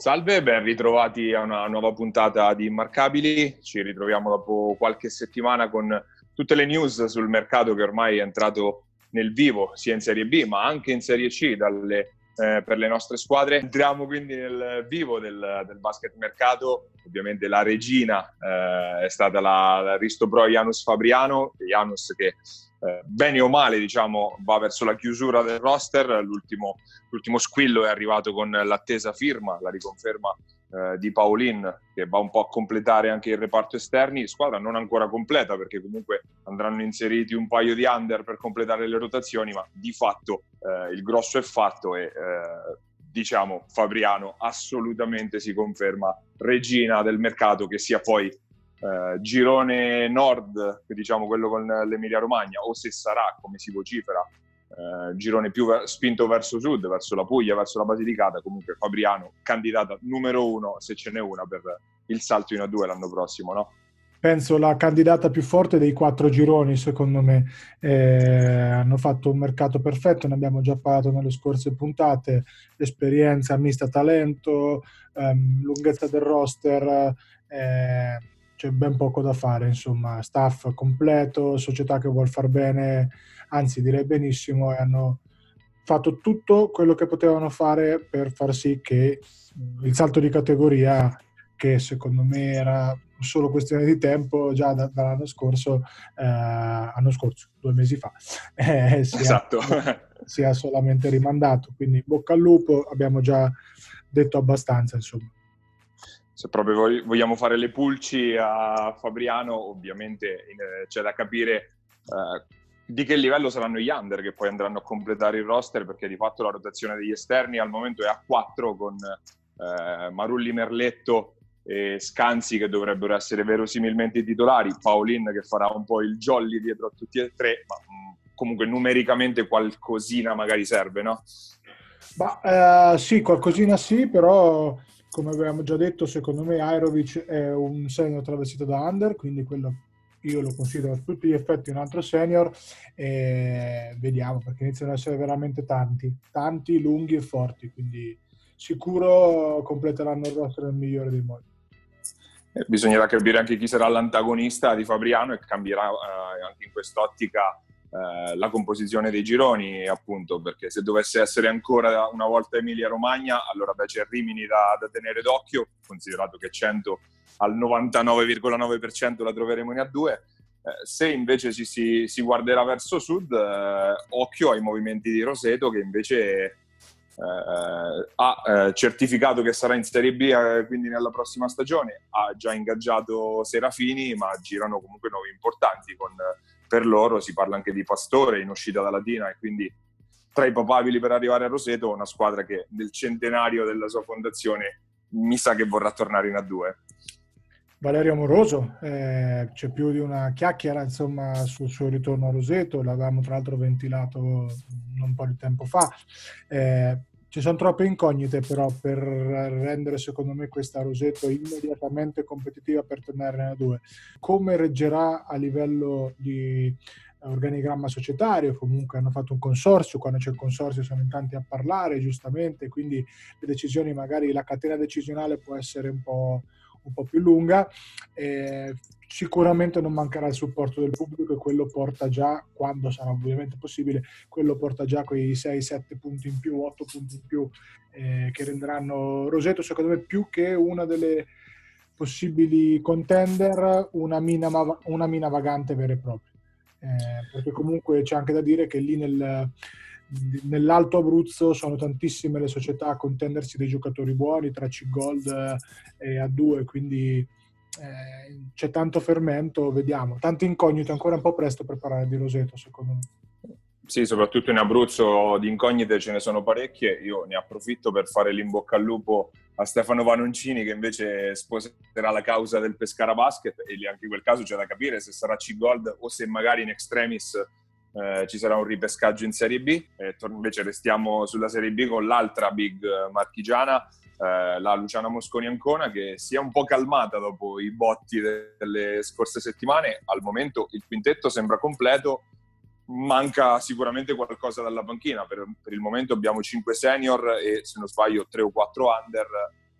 Salve, ben ritrovati a una nuova puntata di Immarcabili. Ci ritroviamo dopo qualche settimana con tutte le news sul mercato che ormai è entrato nel vivo, sia in Serie B ma anche in Serie C per le nostre squadre. Entriamo quindi nel vivo del basket mercato. Ovviamente la regina è stata la Risto Pro Janus Fabriano, Janus che bene o male diciamo va verso la chiusura del roster. L'ultimo squillo è arrivato con l'attesa firma, la riconferma di Paulin, che va un po' a completare anche il reparto esterni. Squadra non ancora completa, perché comunque andranno inseriti un paio di under per completare le rotazioni, ma di fatto il grosso è fatto e diciamo Fabriano assolutamente si conferma regina del mercato, che sia poi girone nord, diciamo quello con l'Emilia Romagna, o se sarà, come si vocifera, girone più spinto verso sud, verso la Puglia, verso la Basilicata. Comunque Fabriano candidata numero 1, se ce n'è una, per il salto in A2 l'anno prossimo, no? Penso la candidata più forte dei 4 gironi, secondo me. Hanno fatto un mercato perfetto, ne abbiamo già parlato nelle scorse puntate: esperienza, mista, talento, lunghezza del roster, c'è ben poco da fare, insomma, staff completo, società che vuol far bene, anzi direi benissimo, e hanno fatto tutto quello che potevano fare per far sì che il salto di categoria, che secondo me era solo questione di tempo, già dall'anno scorso, 2 mesi fa, Esatto. sia solamente rimandato. Quindi bocca al lupo, abbiamo già detto abbastanza, insomma. Se proprio vogliamo fare le pulci a Fabriano, ovviamente c'è da capire di che livello saranno gli under che poi andranno a completare il roster, perché di fatto la rotazione degli esterni al momento è a 4, con Marulli, Merletto e Scanzi che dovrebbero essere verosimilmente i titolari, Paulin che farà un po' il jolly dietro a tutti e tre, ma comunque numericamente qualcosina magari serve, no? Sì, qualcosina sì, però come abbiamo già detto, secondo me Ajrovic è un senior travestito da under, quindi quello io lo considero a tutti gli effetti un altro senior, e vediamo, perché iniziano ad essere veramente tanti, lunghi e forti, quindi sicuro completeranno il roster nel migliore dei modi. Bisognerà capire anche chi sarà l'antagonista di Fabriano e cambierà anche in quest'ottica la composizione dei gironi, appunto, perché se dovesse essere ancora una volta Emilia Romagna, allora c'è Rimini da tenere d'occhio, considerato che 100 al 99,9% la troveremo in A2. Se invece si guarderà verso sud, occhio ai movimenti di Roseto, che invece ha certificato che sarà in Serie B, quindi nella prossima stagione. Ha già ingaggiato Serafini, ma girano comunque nomi importanti. Per loro si parla anche di Pastore in uscita da Latina, e quindi tra i papabili per arrivare a Roseto, una squadra che nel centenario della sua fondazione mi sa che vorrà tornare in A2. Valerio Amoroso, c'è più di una chiacchiera, insomma, sul suo ritorno a Roseto. L'avevamo tra l'altro ventilato un po' di tempo fa. Ci sono troppe incognite però per rendere, secondo me, questa Roseto immediatamente competitiva per tornare in A2. Come reggerà a livello di organigramma societario? Comunque hanno fatto un consorzio, quando c'è il consorzio sono in tanti a parlare, giustamente, quindi le decisioni, magari la catena decisionale può essere un po' più lunga. Sicuramente non mancherà il supporto del pubblico, e quello porta già, quando sarà ovviamente possibile, quello porta già quei 6-7 punti in più, 8 punti in più, che renderanno Roseto, secondo me, più che una delle possibili contender, una mina vagante vera e propria, perché comunque c'è anche da dire che lì nell'Alto Abruzzo sono tantissime le società a contendersi dei giocatori buoni, tra C-Gold e A2, quindi c'è tanto fermento, vediamo, tante incognite, ancora un po' presto per parlare di Roseto, secondo me. Sì, soprattutto in Abruzzo di incognite ce ne sono parecchie. Io ne approfitto per fare l'in bocca al lupo a Stefano Vanoncini, che invece sposerà la causa del Pescara Basket, e lì anche in quel caso c'è da capire se sarà C-Gold o se magari in extremis ci sarà un ripescaggio in Serie B. Invece restiamo sulla Serie B con l'altra big marchigiana, la Luciana Mosconi Ancona, che si è un po' calmata dopo i botti delle scorse settimane. Al momento il quintetto sembra completo, manca sicuramente qualcosa dalla panchina. Per il momento abbiamo 5 senior e, se non sbaglio, 3 o 4 under.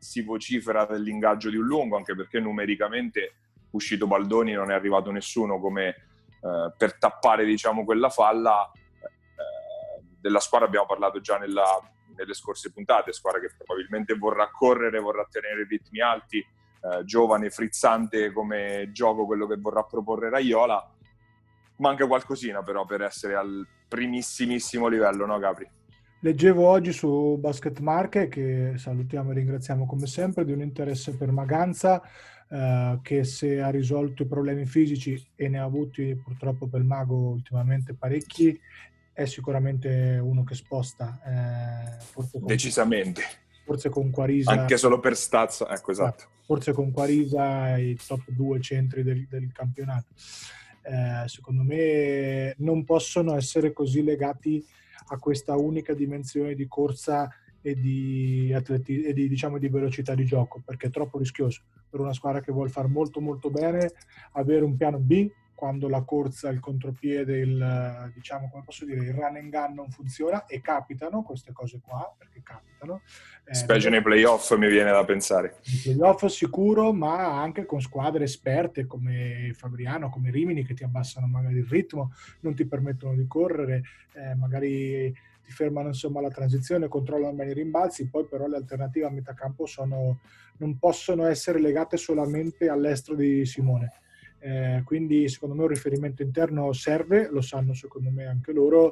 si vocifera dell'ingaggio di un lungo, anche perché numericamente uscito Baldoni non è arrivato nessuno come per tappare, diciamo, quella falla. Della squadra abbiamo parlato già nelle scorse puntate, squadra che probabilmente vorrà correre, vorrà tenere i ritmi alti, giovane, frizzante come gioco quello che vorrà proporre Raiola. Manca qualcosina però per essere al primissimissimo livello, no Gabri? Leggevo oggi su Basket Marche, che salutiamo e ringraziamo come sempre, di un interesse per Maganza, che se ha risolto i problemi fisici, e ne ha avuti purtroppo per il Mago ultimamente parecchi, è sicuramente uno che sposta. Decisamente. Forse con Quarisa. Anche solo per stazza, ecco, esatto. Forse con Quarisa i top 2 centri del campionato. Secondo me non possono essere così legati a questa unica dimensione di corsa e di diciamo di velocità di gioco, perché è troppo rischioso per una squadra che vuole far molto molto bene avere un piano B quando la corsa, il contropiede, diciamo, come posso dire, il run and gun non funziona, e capitano queste cose qua, perché capitano. Specie nei playoff, mi viene da pensare. Nei playoff sicuro, ma anche con squadre esperte come Fabriano, come Rimini, che ti abbassano magari il ritmo, non ti permettono di correre, magari ti fermano insomma la transizione, controllano bene i rimbalzi, poi però le alternative a metà campo non possono essere legate solamente all'estero di Simone. Quindi secondo me un riferimento interno serve, lo sanno secondo me anche loro,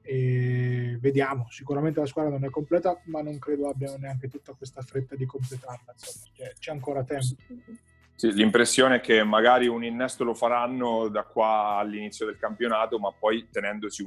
e vediamo. Sicuramente la squadra non è completa, ma non credo abbiano neanche tutta questa fretta di completarla, insomma, c'è ancora tempo. Sì, l'impressione è che magari un innesto lo faranno da qua all'inizio del campionato, ma poi tenendosi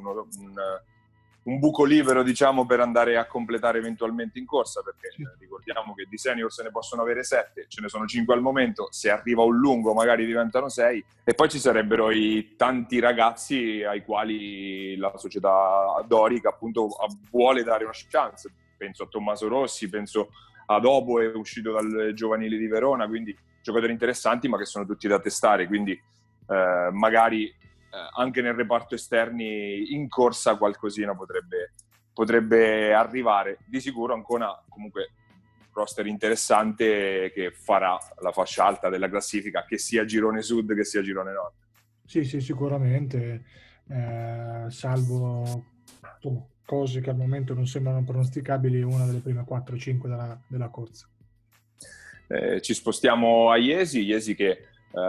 un buco libero, diciamo, per andare a completare eventualmente in corsa, perché ricordiamo che di senior se ne possono avere 7, ce ne sono 5 al momento, se arriva un lungo magari diventano 6, e poi ci sarebbero i tanti ragazzi ai quali la società dorica appunto vuole dare una chance. Penso a Tommaso Rossi, penso a Dobo, è uscito dal giovanile di Verona, quindi giocatori interessanti ma che sono tutti da testare, quindi magari anche nel reparto esterni in corsa qualcosina potrebbe arrivare. Di sicuro ancora comunque roster interessante che farà la fascia alta della classifica, che sia girone sud che sia girone nord. Sì, sicuramente, salvo cose che al momento non sembrano pronosticabili, una delle prime 4-5 della corsa. Ci spostiamo a Iesi che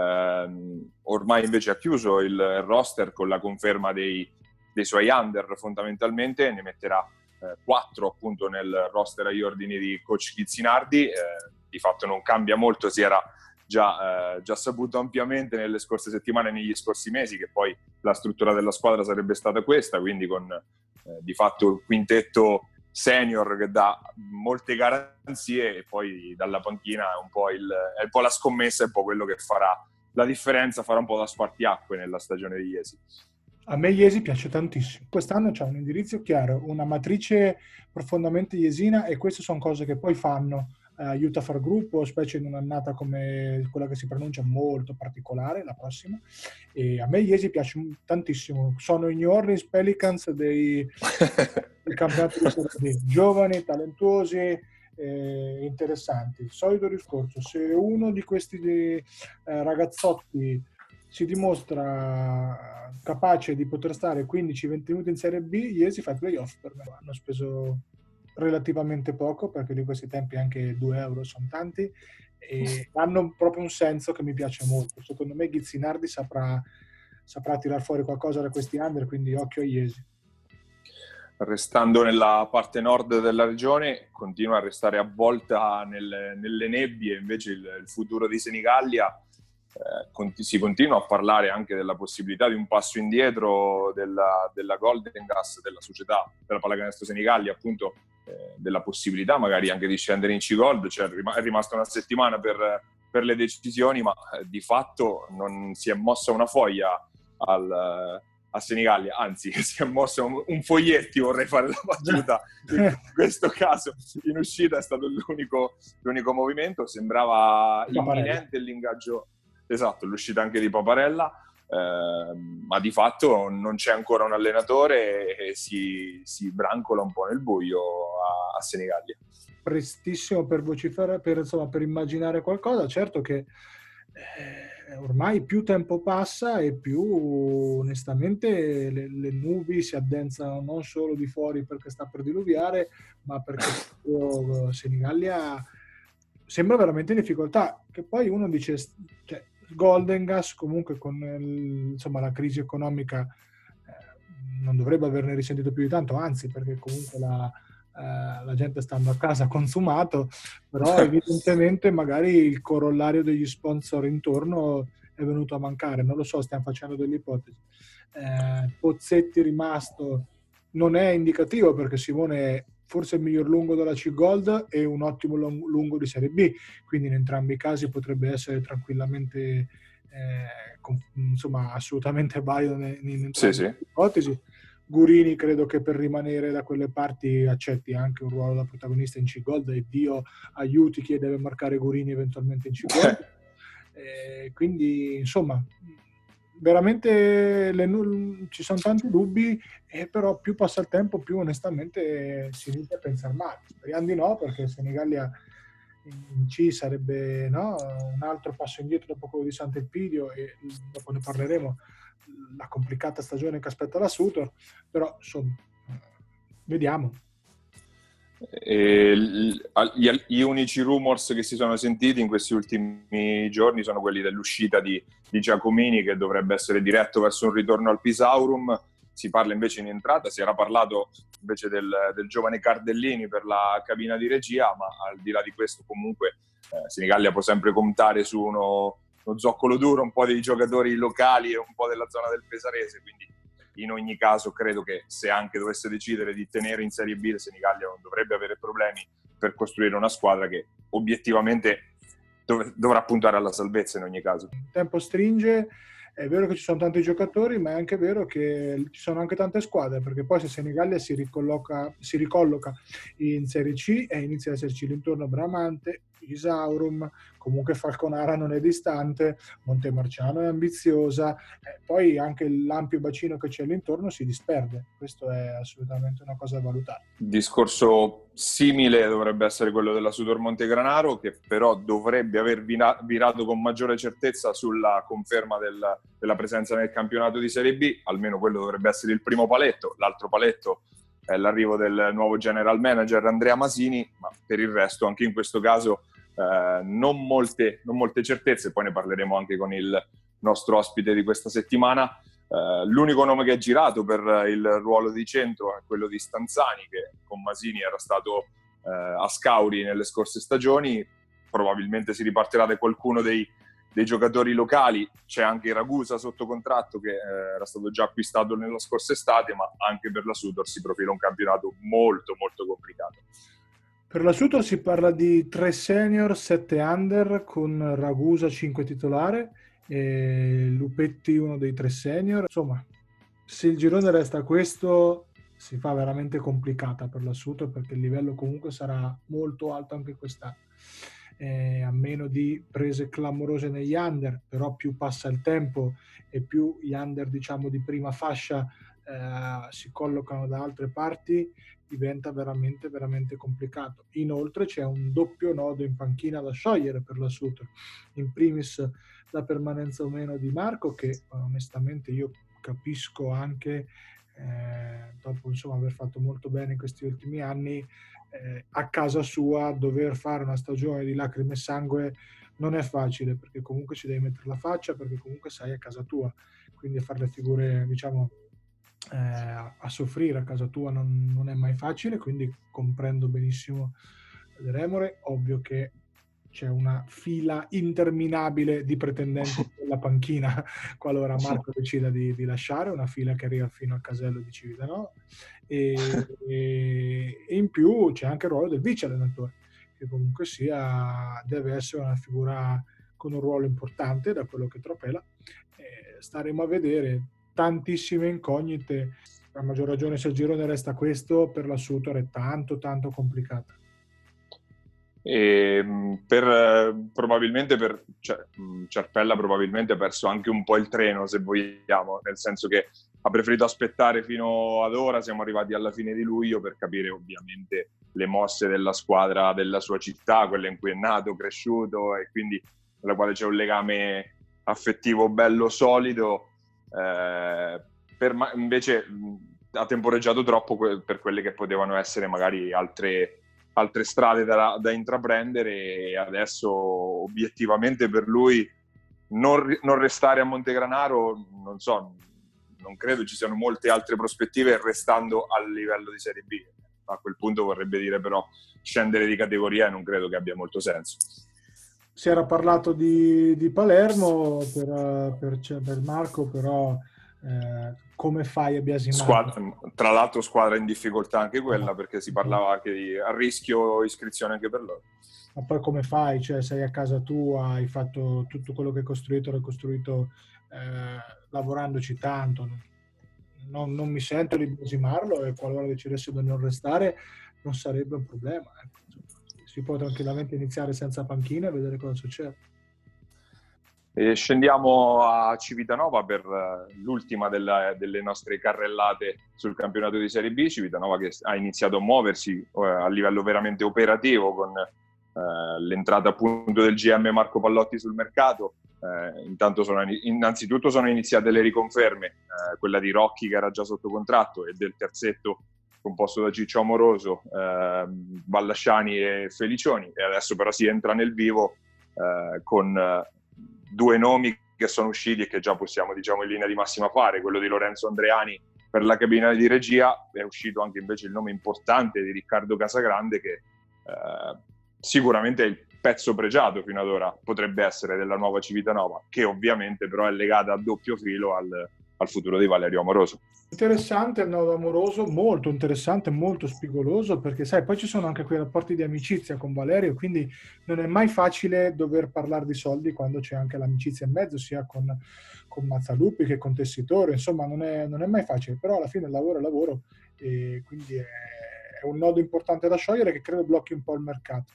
ormai invece ha chiuso il roster con la conferma dei suoi under, fondamentalmente ne metterà 4 appunto nel roster agli ordini di coach Chizzinardi. Di fatto non cambia molto, si era già saputo ampiamente nelle scorse settimane e negli scorsi mesi che poi la struttura della squadra sarebbe stata questa, quindi con di fatto il quintetto senior che dà molte garanzie, e poi dalla panchina è un po' la scommessa, è un po' quello che farà la differenza, farà un po' da spartiacque nella stagione di Iesi. A me Iesi piace tantissimo. Quest'anno c'è un indirizzo chiaro, una matrice profondamente iesina, e queste sono cose che poi aiuta a far gruppo, specie in un'annata come quella che si pronuncia molto particolare, la prossima. E a me Iesi piace tantissimo. Sono i New Orleans Pelicans del campionato di Serie B. Giovani, talentuosi, interessanti. Il solito discorso: se uno di questi ragazzotti si dimostra capace di poter stare 15-20 minuti in Serie B, Iesi fa i playoff per me. Hanno speso relativamente poco, perché di questi tempi anche 2 euro sono tanti, e hanno proprio un senso che mi piace molto. Secondo me Chizzinardi saprà tirar fuori qualcosa da questi under, quindi occhio a Iesi. Restando nella parte nord della regione, continua a restare avvolta nelle nebbie invece il futuro di Senigallia. Si continua a parlare anche della possibilità di un passo indietro della Golden Gas, della società della Pallacanestro Senigallia, appunto della possibilità magari anche di scendere in C-Gold. Cioè, è rimasta una settimana per le decisioni, ma di fatto non si è mossa una foglia a Senigallia, anzi si è mosso un foglietti, vorrei fare la battuta in questo caso. In uscita è stato l'unico movimento, sembrava imminente l'ingaggio. Esatto, l'uscita anche di Paparella, ma di fatto non c'è ancora un allenatore e si brancola un po' nel buio a Senigallia. Prestissimo per vociferare, per immaginare qualcosa. Certo che ormai più tempo passa e più onestamente le nubi si addensano non solo di fuori perché sta per diluviare, ma perché Senigallia sembra veramente in difficoltà. Che poi uno dice, cioè, Golden Gas comunque con la crisi economica non dovrebbe averne risentito più di tanto, anzi, perché comunque la gente stando a casa ha consumato, però evidentemente magari il corollario degli sponsor intorno è venuto a mancare, non lo so, stiamo facendo delle ipotesi. Pozzetti rimasto non è indicativo perché Simone è forse il miglior lungo della C-Gold e un ottimo lungo di Serie B, quindi in entrambi i casi potrebbe essere tranquillamente assolutamente valido in entrambe le ipotesi. Gurini credo che per rimanere da quelle parti accetti anche un ruolo da protagonista in C-Gold e Dio aiuti chi deve marcare Gurini eventualmente in C-Gold. Quindi insomma veramente ci sono tanti dubbi, però più passa il tempo più onestamente si inizia a pensare male. Speriamo di no, perché Senigallia in C sarebbe un altro passo indietro dopo quello di Sant'Elpidio, e dopo ne parleremo, la complicata stagione che aspetta la Sutor, però insomma vediamo. Gli unici rumors che si sono sentiti in questi ultimi giorni sono quelli dell'uscita di Giacomini, che dovrebbe essere diretto verso un ritorno al Pisaurum. Si parla invece in entrata, si era parlato invece del giovane Cardellini per la cabina di regia, ma al di là di questo comunque Senigallia può sempre contare su uno zoccolo duro, un po' dei giocatori locali e un po' della zona del Pesarese, quindi in ogni caso credo che se anche dovesse decidere di tenere in Serie B, Senigallia non dovrebbe avere problemi per costruire una squadra che obiettivamente dovrà puntare alla salvezza in ogni caso. Il tempo stringe, è vero che ci sono tanti giocatori, ma è anche vero che ci sono anche tante squadre, perché poi se Senigallia si ricolloca in Serie C e inizia ad esserci l'intorno Bramante, Isaurum, comunque Falconara non è distante, Montemarciano è ambiziosa, poi anche l'ampio bacino che c'è all'intorno si disperde. Questo è assolutamente una cosa da valutare. Discorso simile dovrebbe essere quello della Sutor Montegranaro, che però dovrebbe aver virato con maggiore certezza sulla conferma della presenza nel campionato di Serie B. Almeno quello dovrebbe essere il primo paletto. L'altro paletto è l'arrivo del nuovo general manager Andrea Masini, ma per il resto anche in questo caso non molte certezze. Poi ne parleremo anche con il nostro ospite di questa settimana. L'unico nome che è girato per il ruolo di centro è quello di Stanzani, che con Masini era stato a Scauri nelle scorse stagioni. Probabilmente si ripartirà da qualcuno dei giocatori locali. C'è anche Ragusa sotto contratto, che era stato già acquistato nella scorsa estate, ma anche per la Sutor si profila un campionato molto molto complicato. Per la Sutor si parla di 3 senior, 7 under, con Ragusa 5 titolare e Lupetti uno dei 3 senior. Insomma, se il girone resta questo si fa veramente complicata per la Sutor, perché il livello comunque sarà molto alto anche quest'anno. A meno di prese clamorose negli under, però più passa il tempo e più gli under diciamo di prima fascia si collocano da altre parti, diventa veramente veramente complicato. Inoltre c'è un doppio nodo in panchina da sciogliere per la Sutor, in primis la permanenza o meno di Marco, che onestamente io capisco anche dopo aver fatto molto bene in questi ultimi anni, a casa sua dover fare una stagione di lacrime e sangue non è facile, perché comunque ci devi mettere la faccia, perché comunque sei a casa tua, quindi fare le figure a soffrire a casa tua non è mai facile, quindi comprendo benissimo le remore. Ovvio che c'è una fila interminabile di pretendenti nella panchina qualora Marco decida di lasciare, una fila che arriva fino al casello di Cividano, e in più c'è anche il ruolo del vice allenatore, che comunque sia deve essere una figura con un ruolo importante da quello che tropela. Staremo a vedere, tantissime incognite, a maggior ragione se il girone resta questo, per la Sutor è tanto tanto complicata. E probabilmente Ciarpella probabilmente ha perso anche un po' il treno, se vogliamo, nel senso che ha preferito aspettare fino ad ora, siamo arrivati alla fine di luglio, per capire ovviamente le mosse della squadra della sua città, quella in cui è nato, cresciuto, e quindi con la quale c'è un legame affettivo bello solido. Invece ha temporeggiato troppo per quelle che potevano essere magari altre strade da intraprendere, e adesso obiettivamente per lui non restare a Montegranaro, non so, non credo ci siano molte altre prospettive restando al livello di Serie B. A quel punto vorrebbe dire però scendere di categoria, e non credo che abbia molto senso. Si era parlato di Palermo per Marco, però come fai a biasimare? Tra l'altro squadra in difficoltà anche quella, perché si parlava anche di a rischio iscrizione anche per loro. Ma poi come fai? Cioè, sei a casa tua, hai fatto tutto quello che hai costruito, l'hai costruito lavorandoci tanto. Non mi sento di biasimarlo, e qualora decidesse di non restare non sarebbe un problema. Ecco. Si può tranquillamente iniziare senza panchina e vedere cosa succede. E scendiamo a Civitanova per l'ultima delle nostre carrellate sul campionato di Serie B. Civitanova che ha iniziato a muoversi a livello veramente operativo con l'entrata appunto del GM Marco Pallotti sul mercato. Intanto innanzitutto sono iniziate le riconferme, quella di Rocchi che era già sotto contratto, e del terzetto composto da Ciccio Amoroso, Ballasciani e Felicioni, e adesso però si entra nel vivo con due nomi che sono usciti e che già possiamo, diciamo, in linea di massima fare. Quello di Lorenzo Andreani per la cabina di regia, è uscito anche invece il nome importante di Riccardo Casagrande, che sicuramente è il pezzo pregiato fino ad ora, potrebbe essere, della nuova Civitanova, che ovviamente però è legata a doppio filo al futuro di Valerio Amoroso. Interessante il nodo Amoroso, molto interessante, molto spigoloso, perché sai, poi ci sono anche quei rapporti di amicizia con Valerio, quindi non è mai facile dover parlare di soldi quando c'è anche l'amicizia in mezzo, sia con Mazzaluppi che con Tessitore, insomma non è mai facile, però alla fine il lavoro è lavoro, e quindi è un nodo importante da sciogliere che credo blocchi un po' il mercato.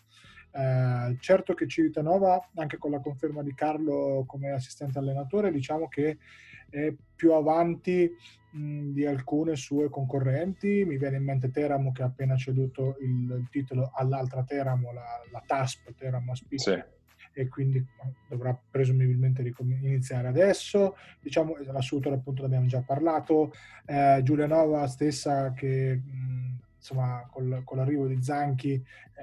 Certo che Civitanova, anche con la conferma di Carlo come assistente allenatore, diciamo che è più avanti di alcune sue concorrenti. Mi viene in mente Teramo, che ha appena ceduto il titolo all'altra Teramo, la TASP, Teramo Aspizio, sì, e quindi dovrà presumibilmente iniziare adesso. Diciamo, la Sutor appunto ne abbiamo già parlato, Giulianova stessa che insomma con l'arrivo di Zanchi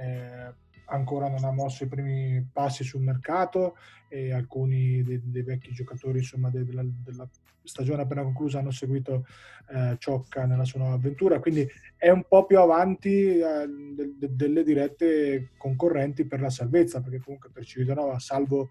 ancora non ha mosso i primi passi sul mercato, e alcuni dei vecchi giocatori, insomma, della stagione appena conclusa hanno seguito Ciocca nella sua nuova avventura, quindi è un po' più avanti delle dirette concorrenti per la salvezza, perché comunque per Civitanova, salvo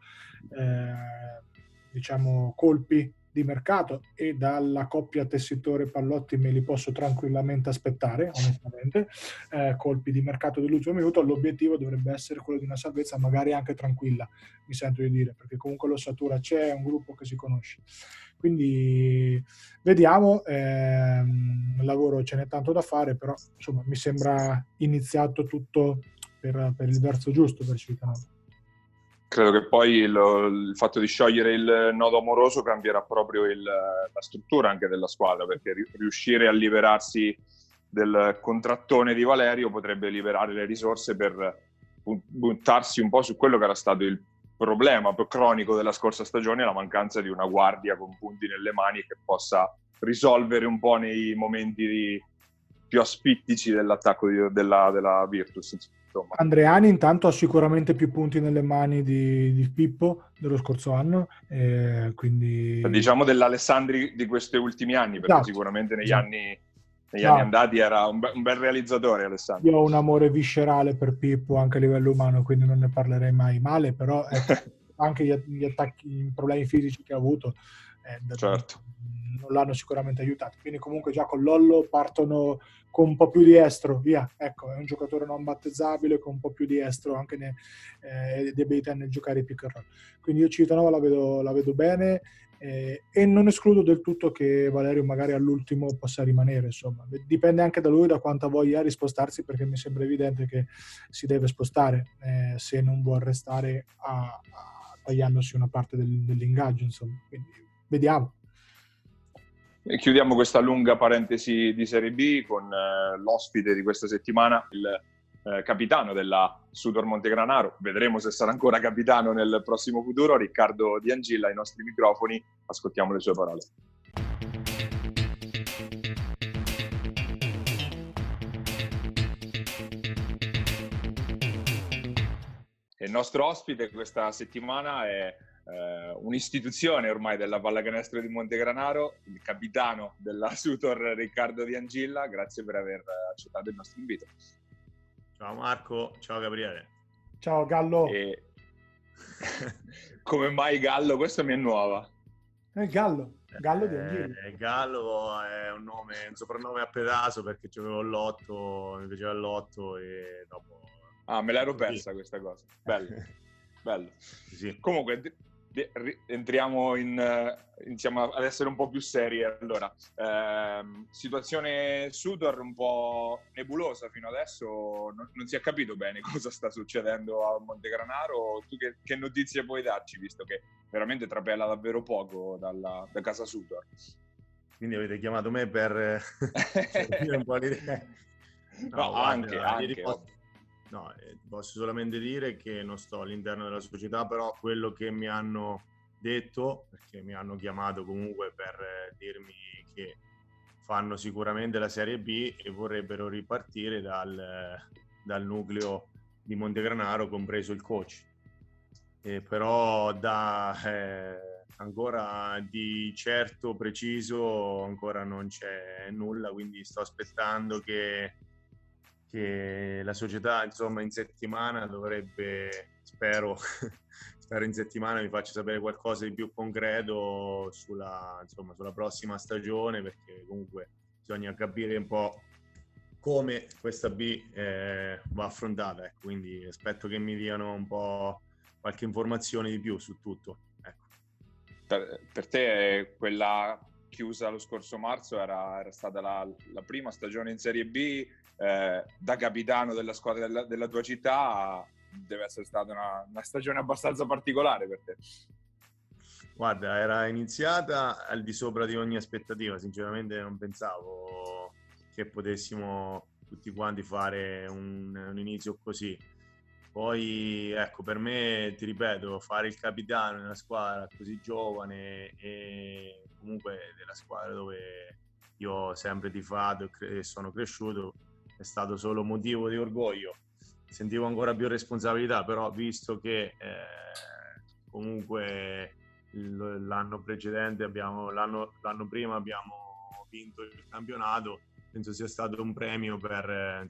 diciamo colpi di mercato, e dalla coppia Tessitore-Pallotti me li posso tranquillamente aspettare, onestamente, colpi di mercato dell'ultimo minuto, l'obiettivo dovrebbe essere quello di una salvezza magari anche tranquilla, mi sento di dire, perché comunque l'ossatura c'è, è un gruppo che si conosce. Quindi vediamo, il lavoro ce n'è tanto da fare, però insomma mi sembra iniziato tutto per il verso giusto per Civitanova. Credo che poi il fatto di sciogliere il nodo Amoroso cambierà proprio la struttura anche della squadra, perché riuscire a liberarsi del contrattone di Valerio potrebbe liberare le risorse per buttarsi un po' su quello che era stato il problema più cronico della scorsa stagione, la mancanza di una guardia con punti nelle mani che possa risolvere un po' nei momenti più aspittici dell'attacco della Virtus. Insomma. Andreani intanto ha sicuramente più punti nelle mani di Pippo dello scorso anno, quindi diciamo dell'Alessandri di questi ultimi anni, perché esatto, sicuramente negli anni andati era un bel realizzatore Alessandro. Io ho un amore viscerale per Pippo anche a livello umano, quindi non ne parlerei mai male, però anche gli attacchi, i problemi fisici che ha avuto certo, non l'hanno sicuramente aiutato, quindi comunque già con Lollo partono con un po' più di estro, via, ecco, è un giocatore non battezzabile con un po' più di estro anche di abilità nel giocare i pick and roll, quindi io Civitanova la vedo bene, e non escludo del tutto che Valerio magari all'ultimo possa rimanere, insomma, dipende anche da lui, da quanta voglia ha di spostarsi, perché mi sembra evidente che si deve spostare se non vuol restare tagliandosi una parte dell'ingaggio, insomma, quindi vediamo. E chiudiamo questa lunga parentesi di Serie B con l'ospite di questa settimana, il capitano della Sudor Montegranaro. Vedremo se sarà ancora capitano nel prossimo futuro, Riccardo Di Angilla ai nostri microfoni. Ascoltiamo le sue parole. Il nostro ospite questa settimana è un'istituzione ormai della pallacanestro di Montegranaro, il capitano della Sutor Riccardo Di Angilla. Grazie per aver accettato il nostro invito. Ciao Marco, ciao Gabriele. Ciao Gallo. Come mai Gallo? Questa mi è nuova. Gallo Di Angilla. Gallo è un soprannome a pedaso perché giocavo al lotto, mi piaceva il lotto e dopo... me l'ero persa questa cosa. Bello. Sì. Comunque, entriamo iniziamo ad essere un po' più seri. Allora, situazione Sutor un po' nebulosa fino adesso, non si è capito bene cosa sta succedendo a Montegranaro. Tu che notizie puoi darci, visto che veramente trapela davvero poco da casa Sutor? Quindi avete chiamato me per dire un po' l'idea? No, anche. No, posso solamente dire che non sto all'interno della società, però quello che mi hanno detto, perché mi hanno chiamato comunque per dirmi che fanno sicuramente la Serie B e vorrebbero ripartire dal nucleo di Montegranaro, compreso il coach. Però ancora di certo preciso ancora non c'è nulla, quindi sto aspettando che la società, insomma, in settimana spero in settimana mi faccia sapere qualcosa di più concreto sulla prossima stagione, perché comunque bisogna capire un po' come questa B va affrontata, ecco. Quindi aspetto che mi diano un po' qualche informazione di più su tutto, ecco. Per te quella chiusa lo scorso marzo era stata la prima stagione in Serie B, da capitano della squadra della tua città. Deve essere stata una stagione abbastanza particolare per te. Guarda, era iniziata al di sopra di ogni aspettativa, sinceramente non pensavo che potessimo tutti quanti fare un inizio così. Poi, ecco, per me, ti ripeto, fare il capitano in una squadra così giovane e comunque della squadra dove io ho sempre tifato e sono cresciuto è stato solo motivo di orgoglio. Sentivo ancora più responsabilità, però visto che comunque l'anno precedente l'anno prima abbiamo vinto il campionato, penso sia stato un premio per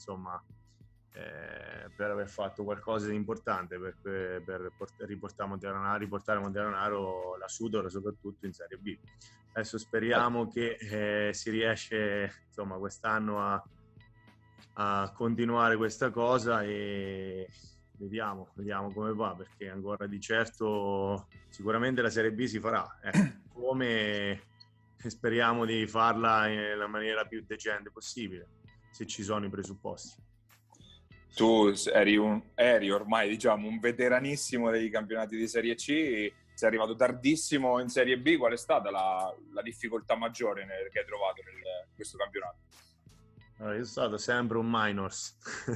aver fatto qualcosa di importante per riportare Montegranaro, la Sudor, soprattutto in Serie B. Adesso speriamo che si riesce, insomma, quest'anno a continuare questa cosa e vediamo come va, perché ancora di certo sicuramente la Serie B si farà, come speriamo di farla nella maniera più decente possibile, se ci sono i presupposti. Tu eri ormai, diciamo, un veteranissimo dei campionati di Serie C, sei arrivato tardissimo in Serie B. Qual è stata la difficoltà maggiore che hai trovato in questo campionato? Allora, io sono stato sempre un minors.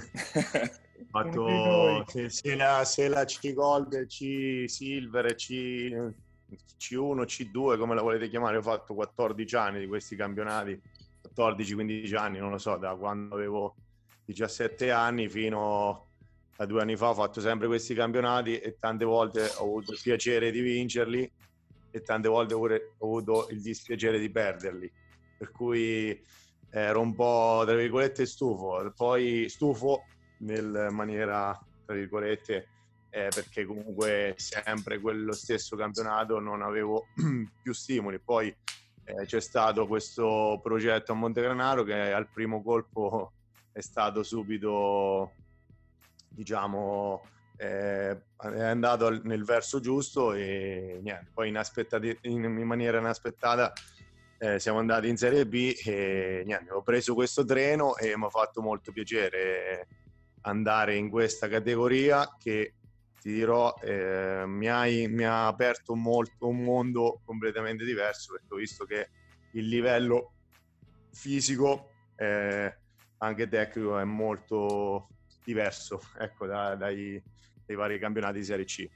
Fatto se la C Gold, C Silver, C1, C2, come la volete chiamare, ho fatto 14 anni di questi campionati, 14-15 anni, non lo so, da quando avevo 17 anni fino a 2 anni fa ho fatto sempre questi campionati e tante volte ho avuto il piacere di vincerli e tante volte pure ho avuto il dispiacere di perderli, per cui ero un po', tra virgolette, stufo. Poi stufo nel maniera, tra virgolette, perché comunque sempre quello stesso campionato non avevo più stimoli. Poi c'è stato questo progetto a Montegranaro che al primo colpo è stato subito, diciamo, è andato nel verso giusto e niente. Poi in maniera inaspettata siamo andati in Serie B e niente, ho preso questo treno e mi ha fatto molto piacere andare in questa categoria che, ti dirò, mi ha aperto un mondo completamente diverso, perché ho visto che il livello fisico, anche tecnico, è molto diverso, ecco, dai vari campionati di Serie C.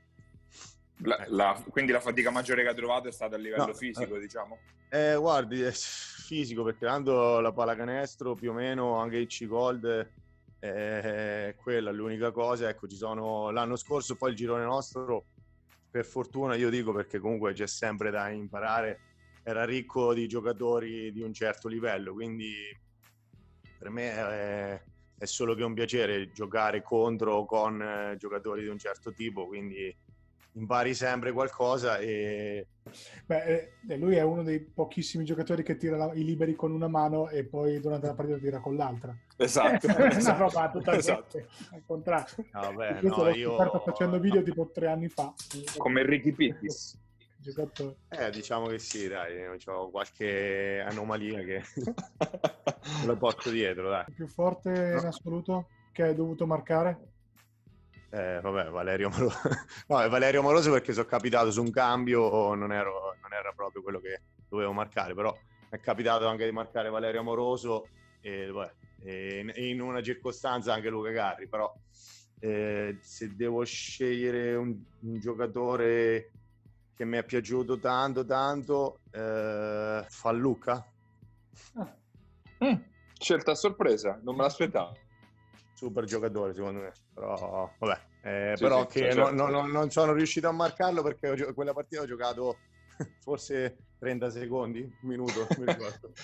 Quindi la fatica maggiore che ha trovato è stata a livello fisico, diciamo? Guardi, è fisico, perché tanto la pallacanestro più o meno, anche il C-Gold, quella è l'unica cosa. Ecco, ci sono l'anno scorso, poi il girone nostro, per fortuna io dico, perché comunque c'è sempre da imparare, era ricco di giocatori di un certo livello, quindi per me è solo che un piacere giocare contro o con giocatori di un certo tipo, quindi impari sempre qualcosa. E lui è uno dei pochissimi giocatori che tira i liberi con una mano e poi durante la partita tira con l'altra. Esatto. È una roba totalmente al contrario. Vabbè, Questo l'ho scoperto facendo video tipo 3 anni fa. Come Ricky Pittis. Diciamo che sì, dai, ho qualche anomalia che me la porto dietro, dai. Il più forte in assoluto che hai dovuto marcare? Vabbè, Valerio Amoroso. No, è Valerio Amoroso, perché sono capitato su un cambio, non era proprio quello che dovevo marcare, però è capitato anche di marcare Valerio Amoroso e in una circostanza anche Luca Garri, però se devo scegliere un giocatore che mi è piaciuto tanto, Fallucca. Scelta a sorpresa, non me l'aspettavo. Super giocatore secondo me, però vabbè, Sì, però sì, che certo. non sono riuscito a marcarlo, perché quella partita ho giocato forse 30 secondi, un minuto, mi ricordo.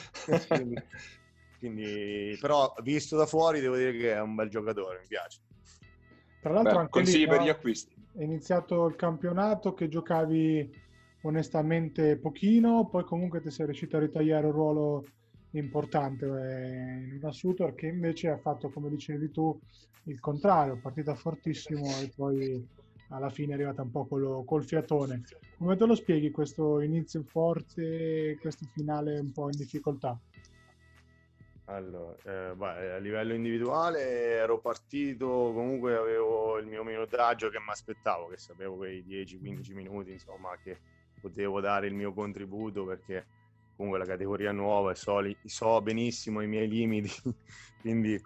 quindi però visto da fuori devo dire che è un bel giocatore, mi piace. Tra l'altro anche consigli lì, per gli acquisti. È iniziato il campionato che giocavi onestamente pochino, poi comunque ti sei riuscito a ritagliare un ruolo importante in un Sutor che invece ha fatto, come dicevi tu, il contrario, partita fortissimo e poi alla fine è arrivata un po' col fiatone. Come te lo spieghi questo inizio forte, questo finale un po' in difficoltà? Allora, a livello individuale ero partito, comunque avevo il mio minutaggio che mi aspettavo, che sapevo quei 10-15 minuti, insomma, che potevo dare il mio contributo, perché comunque la categoria nuova e so benissimo i miei limiti, quindi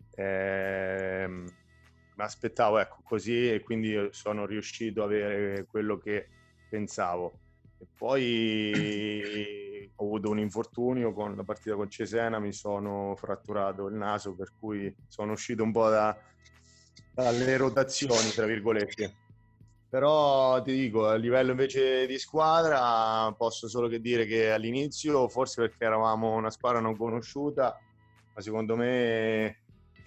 mi aspettavo, ecco, così, e quindi sono riuscito ad avere quello che pensavo. E poi ho avuto un infortunio con la partita con Cesena, mi sono fratturato il naso, per cui sono uscito un po' dalle rotazioni, tra virgolette. Però ti dico, a livello invece di squadra, posso solo che dire che all'inizio, forse perché eravamo una squadra non conosciuta, ma secondo me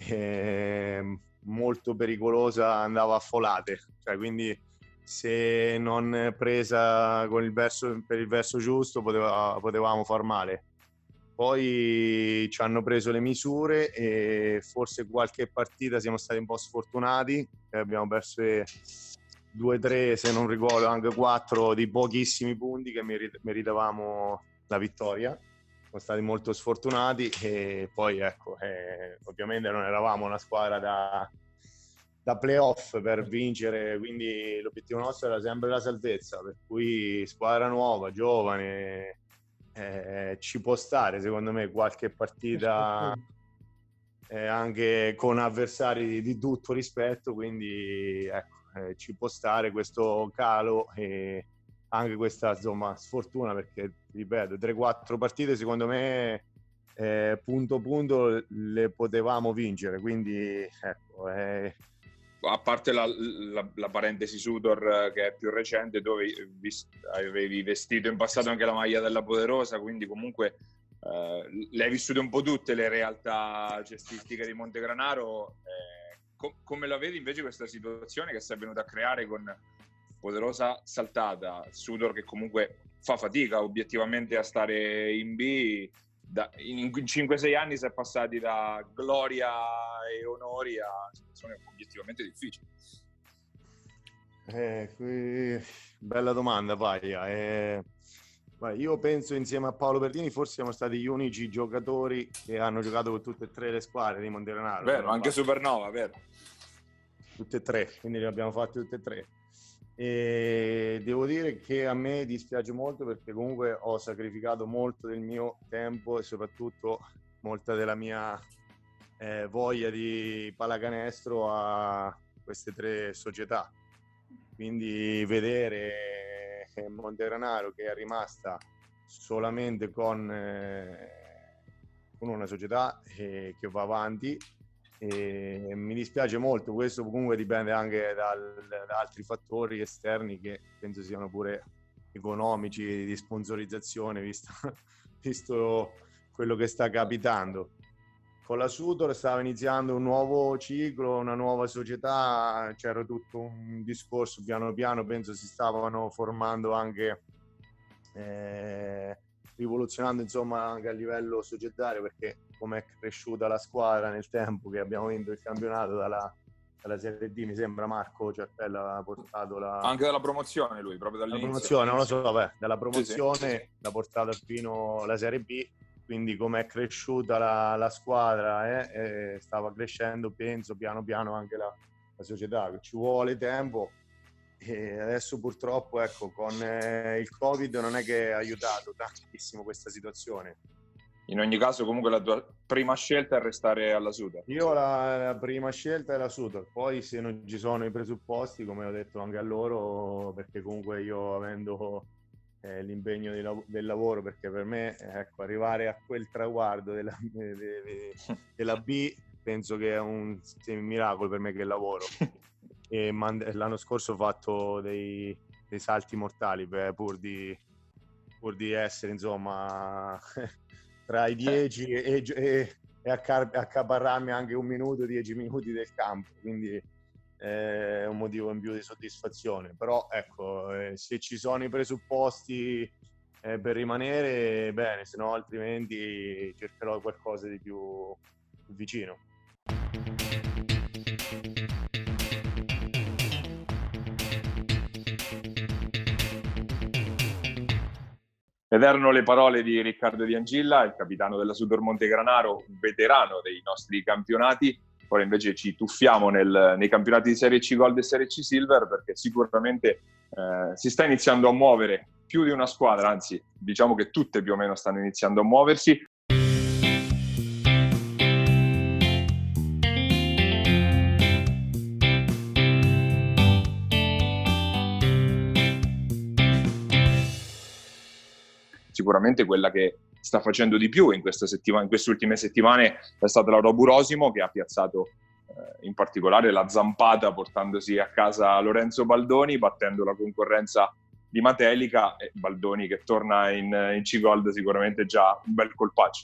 molto pericolosa, andava a folate, cioè, quindi se non presa per il verso giusto potevamo far male. Poi ci hanno preso le misure e forse qualche partita siamo stati un po' sfortunati, abbiamo perso 2-3, se non ricordo anche 4 di pochissimi punti che meritavamo la vittoria. Siamo stati molto sfortunati e poi ecco, ovviamente non eravamo una squadra da playoff per vincere, quindi l'obiettivo nostro era sempre la salvezza, per cui squadra nuova, giovane, ci può stare secondo me qualche partita anche con avversari di tutto rispetto, quindi ecco, ci può stare questo calo e anche questa, insomma, sfortuna, perché ripeto, 3-4 partite secondo me punto le potevamo vincere, quindi ecco, a parte la parentesi Sutor che è più recente, dove avevi vestito in passato anche la maglia della Poderosa, quindi comunque le hai vissute un po' tutte le realtà cestistiche di Montegranaro. Come la vedi invece questa situazione che si è venuta a creare con Poderosa saltata, Sutor che comunque fa fatica obiettivamente a stare in B? In 5-6 anni si è passati da gloria e onori a situazioni obiettivamente difficili. Bella domanda, Paia. Io penso, insieme a Paolo Perdini, forse siamo stati gli unici giocatori che hanno giocato con tutte e tre le squadre di Montegranaro. Vero, anche Supernova, vero? Tutte e tre, quindi le abbiamo fatte tutte e tre. E devo dire che a me dispiace molto, perché comunque ho sacrificato molto del mio tempo e soprattutto molta della mia voglia di pallacanestro a queste 3 società. Quindi vedere Montegranaro, che è rimasta solamente con una società che va avanti, e mi dispiace molto. Questo comunque dipende anche da altri fattori esterni, che penso siano pure economici, di sponsorizzazione, visto quello che sta capitando. Con la Sutor stava iniziando un nuovo ciclo, una nuova società, c'era tutto un discorso, piano piano penso si stavano formando anche, rivoluzionando insomma anche a livello societario, perché come è cresciuta la squadra nel tempo, che abbiamo vinto il campionato dalla Serie D, mi sembra Marco Ciarpella ha portato anche dalla promozione, lui proprio dall'inizio. La promozione, non lo so, vabbè, dalla promozione sì. l'ha portata fino alla Serie B. Quindi come è cresciuta la squadra, stava crescendo, penso, piano piano anche la società. Ci vuole tempo, e adesso purtroppo, ecco, con il Covid non è che ha aiutato tantissimo questa situazione. In ogni caso comunque la tua prima scelta è restare alla Sutor. Io la prima scelta è la Sutor, poi se non ci sono i presupposti, come ho detto anche a loro, perché comunque io avendo l'impegno del lavoro, perché per me, ecco, arrivare a quel traguardo della B penso che è un miracolo per me che lavoro. E l'anno scorso ho fatto dei salti mortali pur di essere insomma tra i 10 e accaparrarmi anche 1 minuto, 10 minuti del campo, quindi è un motivo in più di soddisfazione. Però ecco, se ci sono i presupposti per rimanere, bene, se no altrimenti cercherò qualcosa di più vicino. Ed erano le parole di Riccardo Di Angilla, il capitano della Sutor Montegranaro, un veterano dei nostri campionati. Ora invece ci tuffiamo nei campionati di Serie C Gold e Serie C Silver, perché sicuramente si sta iniziando a muovere più di una squadra, anzi diciamo che tutte più o meno stanno iniziando a muoversi. Sicuramente quella che sta facendo di più in queste ultime settimane è stata la Robur Osimo, che ha piazzato in particolare la zampata portandosi a casa Lorenzo Baldoni, battendo la concorrenza di Matelica, e Baldoni che torna in C-Gold sicuramente già un bel colpaccio.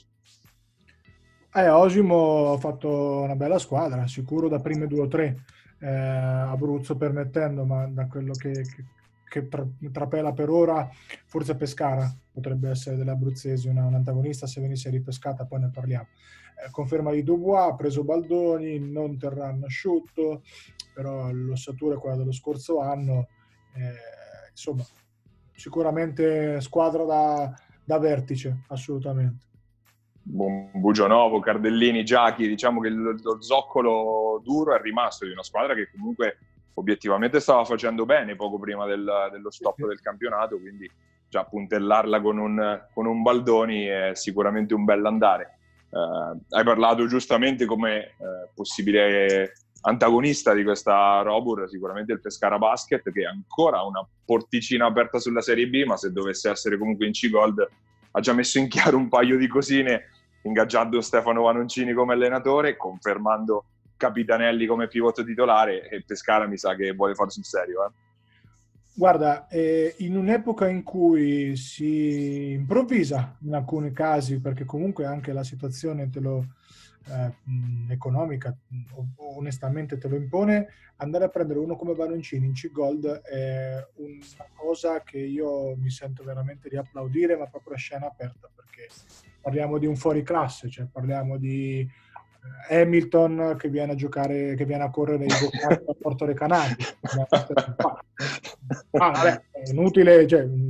Osimo ha fatto una bella squadra, sicuro da prime 2 o 3, Abruzzo permettendo, ma da quello che trapela per ora, forse Pescara potrebbe essere delle abruzzesi un antagonista, se venisse ripescata poi ne parliamo. Conferma di Dubois, ha preso Baldoni, non terranno asciutto, però l'ossatura è quella dello scorso anno, insomma sicuramente squadra da vertice, assolutamente. Bugionovo, Cardellini, Giachi, diciamo che lo zoccolo duro è rimasto di una squadra che comunque obiettivamente stava facendo bene poco prima dello stop del campionato, quindi già puntellarla con un Baldoni è sicuramente un bell'andare. Hai parlato giustamente come possibile antagonista di questa Robur, sicuramente il Pescara Basket, che ha ancora una porticina aperta sulla Serie B, ma se dovesse essere comunque in C-Gold ha già messo in chiaro un paio di cosine, ingaggiando Stefano Vanoncini come allenatore, confermando Capitanelli come pivot titolare, e Pescara mi sa che vuole fare sul serio. Guarda, in un'epoca in cui si improvvisa in alcuni casi, perché comunque anche la situazione economica onestamente te lo impone, andare a prendere uno come Vanoncini in C-Gold è una cosa che io mi sento veramente di applaudire, ma proprio a scena aperta, perché parliamo di un fuoriclasse, cioè parliamo di Hamilton che viene a giocare, che viene a correre in a Porto Recanati. Vabbè, è inutile, cioè,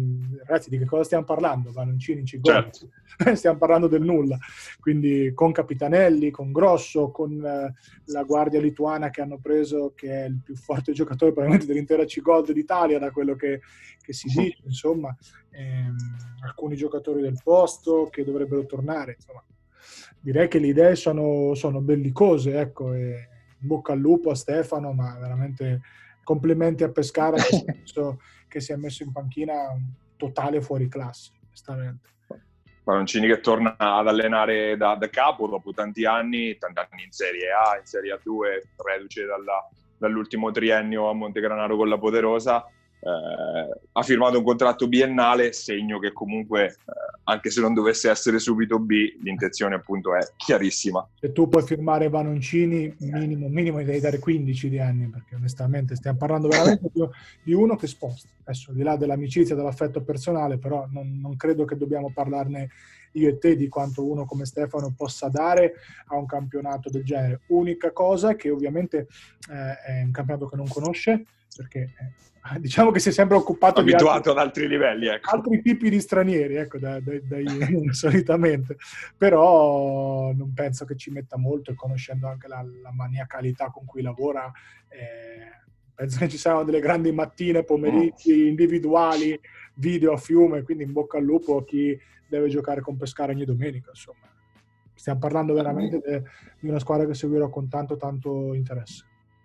ragazzi, di che cosa stiamo parlando? Vanoncini, Cigoldi, Certo. stiamo parlando del nulla. Quindi con Capitanelli, con Grosso, con la guardia lituana che hanno preso, che è il più forte giocatore probabilmente dell'intera Cigoldi d'Italia, da quello che si dice, insomma, alcuni giocatori del posto che dovrebbero tornare, insomma. Direi che le idee sono bellicose, ecco, e in bocca al lupo a Stefano, ma veramente complimenti a Pescara che si è messo in panchina un totale fuori classe, onestamente. Vanoncini che torna ad allenare da capo dopo tanti anni in Serie A, in Serie A2, reduce dall'ultimo triennio a Montegranaro con la Poderosa. Ha firmato un contratto biennale, segno che comunque anche se non dovesse essere subito B, l'intenzione appunto è chiarissima. Se tu puoi firmare Vanoncini, minimo devi dare 15 di anni, perché onestamente stiamo parlando veramente di uno che sposta. Adesso, al di là dell'amicizia, dell'affetto personale, però non credo che dobbiamo parlarne io e te di quanto uno come Stefano possa dare a un campionato del genere. Unica cosa che ovviamente è un campionato che non conosce, perché diciamo che si è sempre occupato abituato ad altri livelli, ecco. Altri tipi di stranieri, ecco, solitamente, però non penso che ci metta molto, e conoscendo anche la maniacalità con cui lavora, penso che ci saranno delle grandi mattine, pomeriggi individuali, video a fiume, quindi in bocca al lupo a chi deve giocare con Pescara ogni domenica, insomma. Stiamo parlando veramente di una squadra che seguirò con tanto interesse.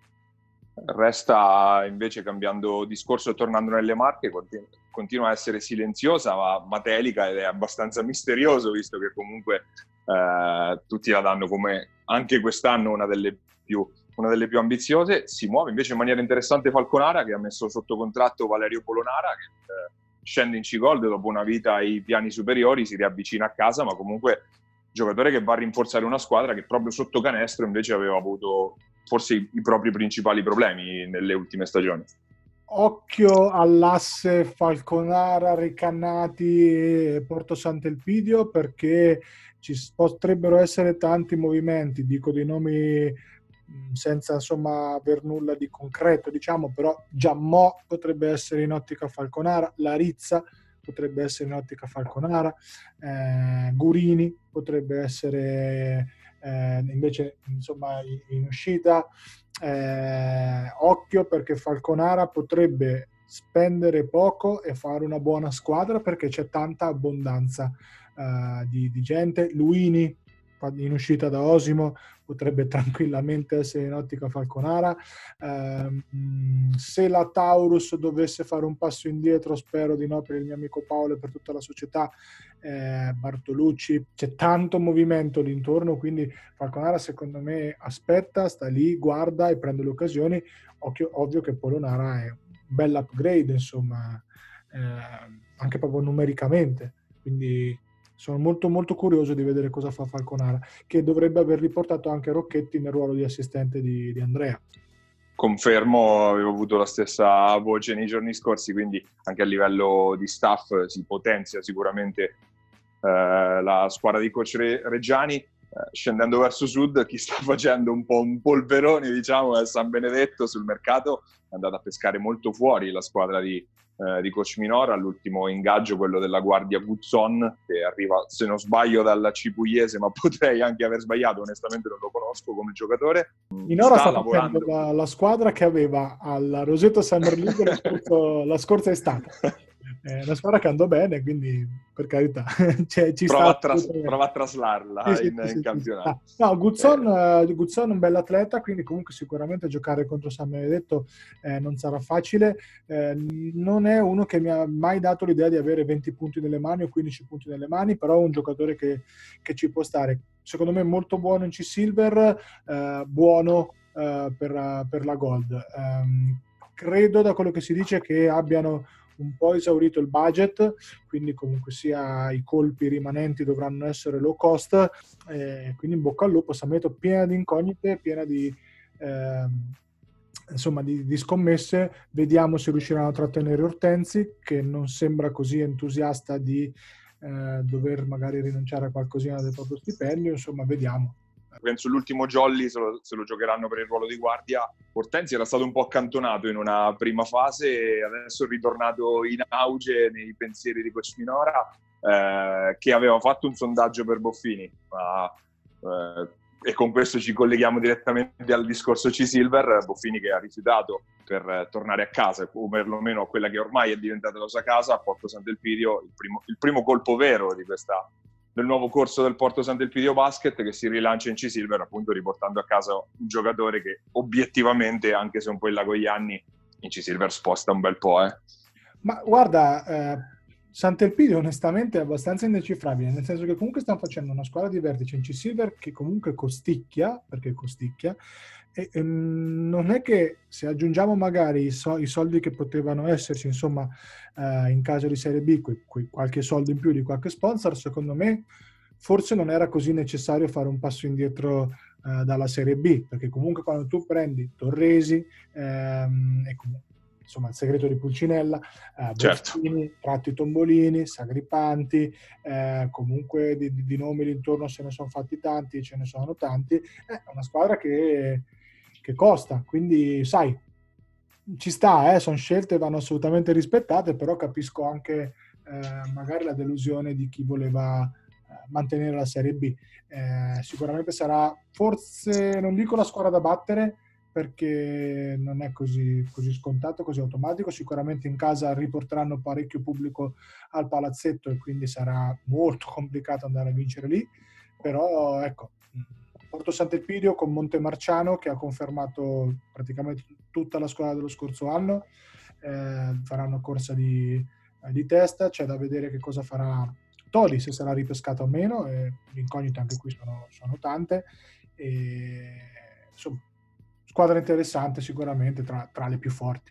Resta invece, cambiando discorso e tornando nelle Marche, continua a essere silenziosa ma matelica, ed è abbastanza misterioso, visto che comunque tutti la danno come anche quest'anno una delle più ambiziose. Si muove invece in maniera interessante Falconara, che ha messo sotto contratto Valerio Polonara, che scende in C-Gold dopo una vita ai piani superiori, si riavvicina a casa, ma comunque giocatore che va a rinforzare una squadra che proprio sotto canestro invece aveva avuto forse i propri principali problemi nelle ultime stagioni. Occhio all'asse Falconara, Ricannati e Porto Sant'Elpidio, perché ci potrebbero essere tanti movimenti, dico dei nomi senza insomma aver nulla di concreto, diciamo, però Giammò potrebbe essere in ottica Falconara, Larizza potrebbe essere in ottica Falconara, Gurini potrebbe essere invece insomma in uscita. Occhio, perché Falconara potrebbe spendere poco e fare una buona squadra, perché c'è tanta abbondanza di gente. Luini in uscita da Osimo potrebbe tranquillamente essere in ottica Falconara. Se la Taurus dovesse fare un passo indietro, spero di no per il mio amico Paolo e per tutta la società, Bartolucci, c'è tanto movimento lì intorno, quindi Falconara secondo me aspetta, sta lì, guarda e prende le occasioni. Ovvio che Polonara è un bel upgrade, insomma, anche proprio numericamente, quindi sono molto curioso di vedere cosa fa Falconara, che dovrebbe aver riportato anche Rocchetti nel ruolo di assistente di Andrea. Confermo, avevo avuto la stessa voce nei giorni scorsi, quindi anche a livello di staff si potenzia sicuramente la squadra di coach Reggiani. Scendendo verso sud, chi sta facendo un po' un polverone, diciamo, è San Benedetto sul mercato, è andata a pescare molto fuori la squadra di coach Minora, all'ultimo ingaggio, quello della guardia Guzzon, che arriva, se non sbaglio, dalla Cipugliese, ma potrei anche aver sbagliato, onestamente non lo conosco come giocatore. Minora sta lavorando la squadra che aveva alla Roseto Summer League la scorsa estate. È una squadra che andò bene, quindi per carità prova a traslarla in campionato. No, Guzzon è un bel atleta, quindi comunque sicuramente giocare contro San Benedetto non sarà facile. Non è uno che mi ha mai dato l'idea di avere 20 punti nelle mani o 15 punti nelle mani, però è un giocatore che ci può stare. Secondo me molto buono in C-Silver, buono per la Gold. Credo, da quello che si dice, che abbiano un po' esaurito il budget, quindi comunque sia i colpi rimanenti dovranno essere low cost, quindi in bocca al lupo. Sameto piena di incognite, piena di scommesse. Vediamo se riusciranno a trattenere Ortenzi, che non sembra così entusiasta di dover magari rinunciare a qualcosina del proprio stipendio. Insomma, vediamo. Penso l'ultimo jolly se lo giocheranno per il ruolo di guardia. Hortensi era stato un po' accantonato in una prima fase e adesso è ritornato in auge nei pensieri di Coach Minora, che aveva fatto un sondaggio per Boffini, e con questo ci colleghiamo direttamente al discorso C-Silver. Boffini che ha rifiutato per tornare a casa, o perlomeno a quella che ormai è diventata la sua casa, a Porto Sant'Elpidio, il primo colpo vero del nuovo corso del Porto Sant'Elpidio Basket, che si rilancia in C-Silver, appunto riportando a casa un giocatore che obiettivamente, anche se un po' in là con gli anni, in C-Silver sposta un bel po'. Ma guarda, Sant'Elpidio onestamente è abbastanza indecifrabile, nel senso che comunque stanno facendo una squadra di vertice in C-Silver che comunque costicchia, e non è che se aggiungiamo magari i soldi che potevano esserci, insomma, in caso di Serie B, qualche soldo in più di qualche sponsor, secondo me forse non era così necessario fare un passo indietro dalla Serie B, perché comunque quando tu prendi Torresi e comunque, insomma, il segreto di Pulcinella, Boffini, Tratti Tombolini, Sagripanti, comunque di nomi l'intorno se ne sono fatti tanti, ce ne sono tanti, è una squadra che costa, quindi sai, ci sta, sono scelte, vanno assolutamente rispettate, però capisco anche magari la delusione di chi voleva mantenere la Serie B. Sicuramente sarà, forse, non dico la squadra da battere, perché non è così scontato, così automatico. Sicuramente in casa riporteranno parecchio pubblico al palazzetto e quindi sarà molto complicato andare a vincere lì, però ecco, Porto Sant'Elpidio con Montemarciano che ha confermato praticamente tutta la squadra dello scorso anno, faranno corsa di testa, c'è da vedere che cosa farà Todi, se sarà ripescato o meno, le incognite anche qui sono tante, e insomma squadra interessante sicuramente tra le più forti.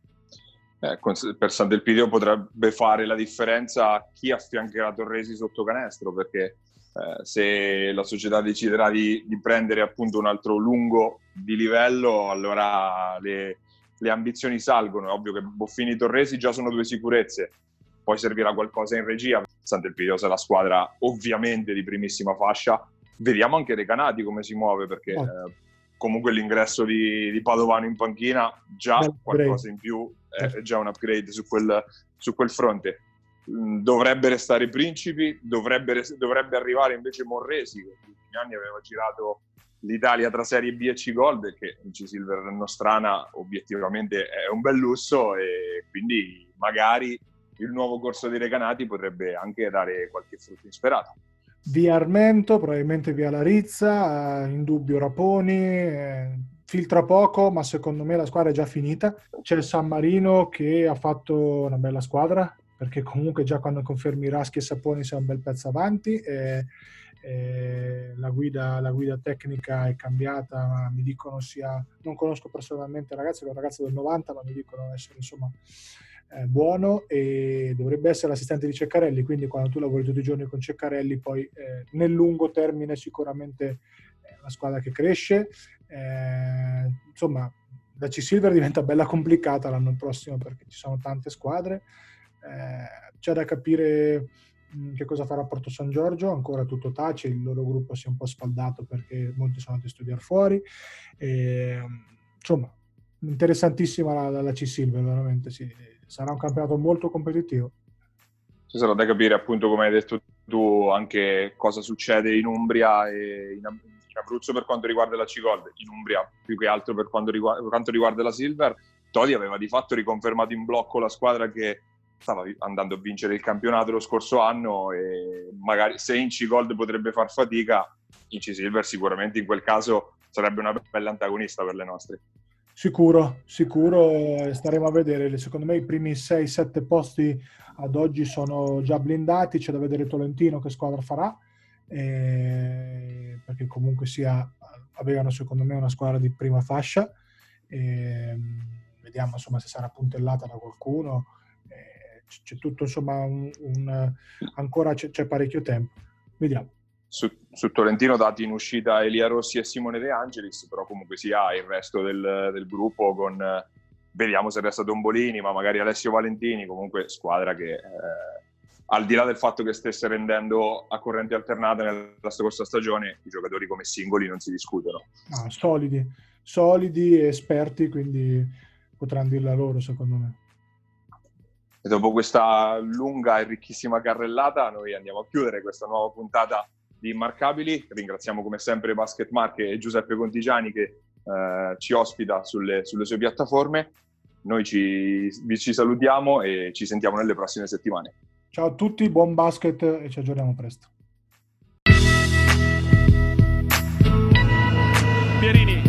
Per Sant'Elpidio potrebbe fare la differenza chi affiancherà Torresi sotto canestro, perché se la società deciderà di prendere appunto un altro lungo di livello, allora le ambizioni salgono. È ovvio che Boffini e Torresi già sono due sicurezze, poi servirà qualcosa in regia. Sant'Elpidio è la squadra ovviamente di primissima fascia. Vediamo anche Recanati come si muove, perché comunque l'ingresso di Padovano in panchina già qualcosa in più, è già un upgrade su quel fronte. Dovrebbe restare Principi, dovrebbe arrivare invece Morresi, che negli ultimi anni aveva girato l'Italia tra Serie B e C-Gold, che in C-Silver Nostrana obiettivamente è un bel lusso, e quindi magari il nuovo corso di Recanati potrebbe anche dare qualche frutto insperato. Via Armento, probabilmente via Larizza, in dubbio Raponi, filtra poco, ma secondo me la squadra è già finita. C'è il San Marino che ha fatto una bella squadra, perché comunque già quando confermi Raschi e Saponi sei un bel pezzo avanti, la guida tecnica è cambiata, ma mi dicono non conosco personalmente il ragazzo, è un ragazzo del 90, ma mi dicono essere insomma buono, e dovrebbe essere l'assistente di Ceccarelli, quindi quando tu lavori tutti i giorni con Ceccarelli poi nel lungo termine sicuramente è una squadra che cresce, insomma la C-Silver diventa bella complicata l'anno prossimo perché ci sono tante squadre, c'è da capire che cosa farà Porto San Giorgio, ancora tutto tace, il loro gruppo si è un po' sfaldato perché molti sono andati a studiare fuori, insomma interessantissima la C-Silver, veramente sì. Sarà un campionato molto competitivo. Ci sarà da capire, appunto, come hai detto tu, anche cosa succede in Umbria e in Abruzzo per quanto riguarda la C-Gold, in Umbria più che altro per quanto riguarda la Silver. Todi aveva di fatto riconfermato in blocco la squadra che stava andando a vincere il campionato lo scorso anno, e magari se in C-Gold potrebbe far fatica, in C-Silver sicuramente in quel caso sarebbe una bella antagonista per le nostre. Sicuro, staremo a vedere. Secondo me i primi 6-7 posti ad oggi sono già blindati, c'è da vedere Tolentino che squadra farà, perché comunque avevano secondo me una squadra di prima fascia, vediamo insomma se sarà puntellata da qualcuno, c'è tutto insomma ancora c'è parecchio tempo, vediamo. Su Tolentino dati in uscita Elia Rossi e Simone De Angelis, però comunque sia il resto del gruppo vediamo se resta Tombolini, ma magari Alessio Valentini, comunque squadra che al di là del fatto che stesse rendendo a corrente alternata nella scorsa stagione, i giocatori come singoli non si discutono. No, solidi e esperti, quindi potranno dirla loro, secondo me. E dopo questa lunga e ricchissima carrellata, noi andiamo a chiudere questa nuova puntata di Immarcabili. Ringraziamo come sempre Basket Marche e Giuseppe Contigiani che ci ospita sulle sue piattaforme. Noi ci salutiamo e ci sentiamo nelle prossime settimane. Ciao a tutti, buon basket e ci aggiorniamo presto. Pierini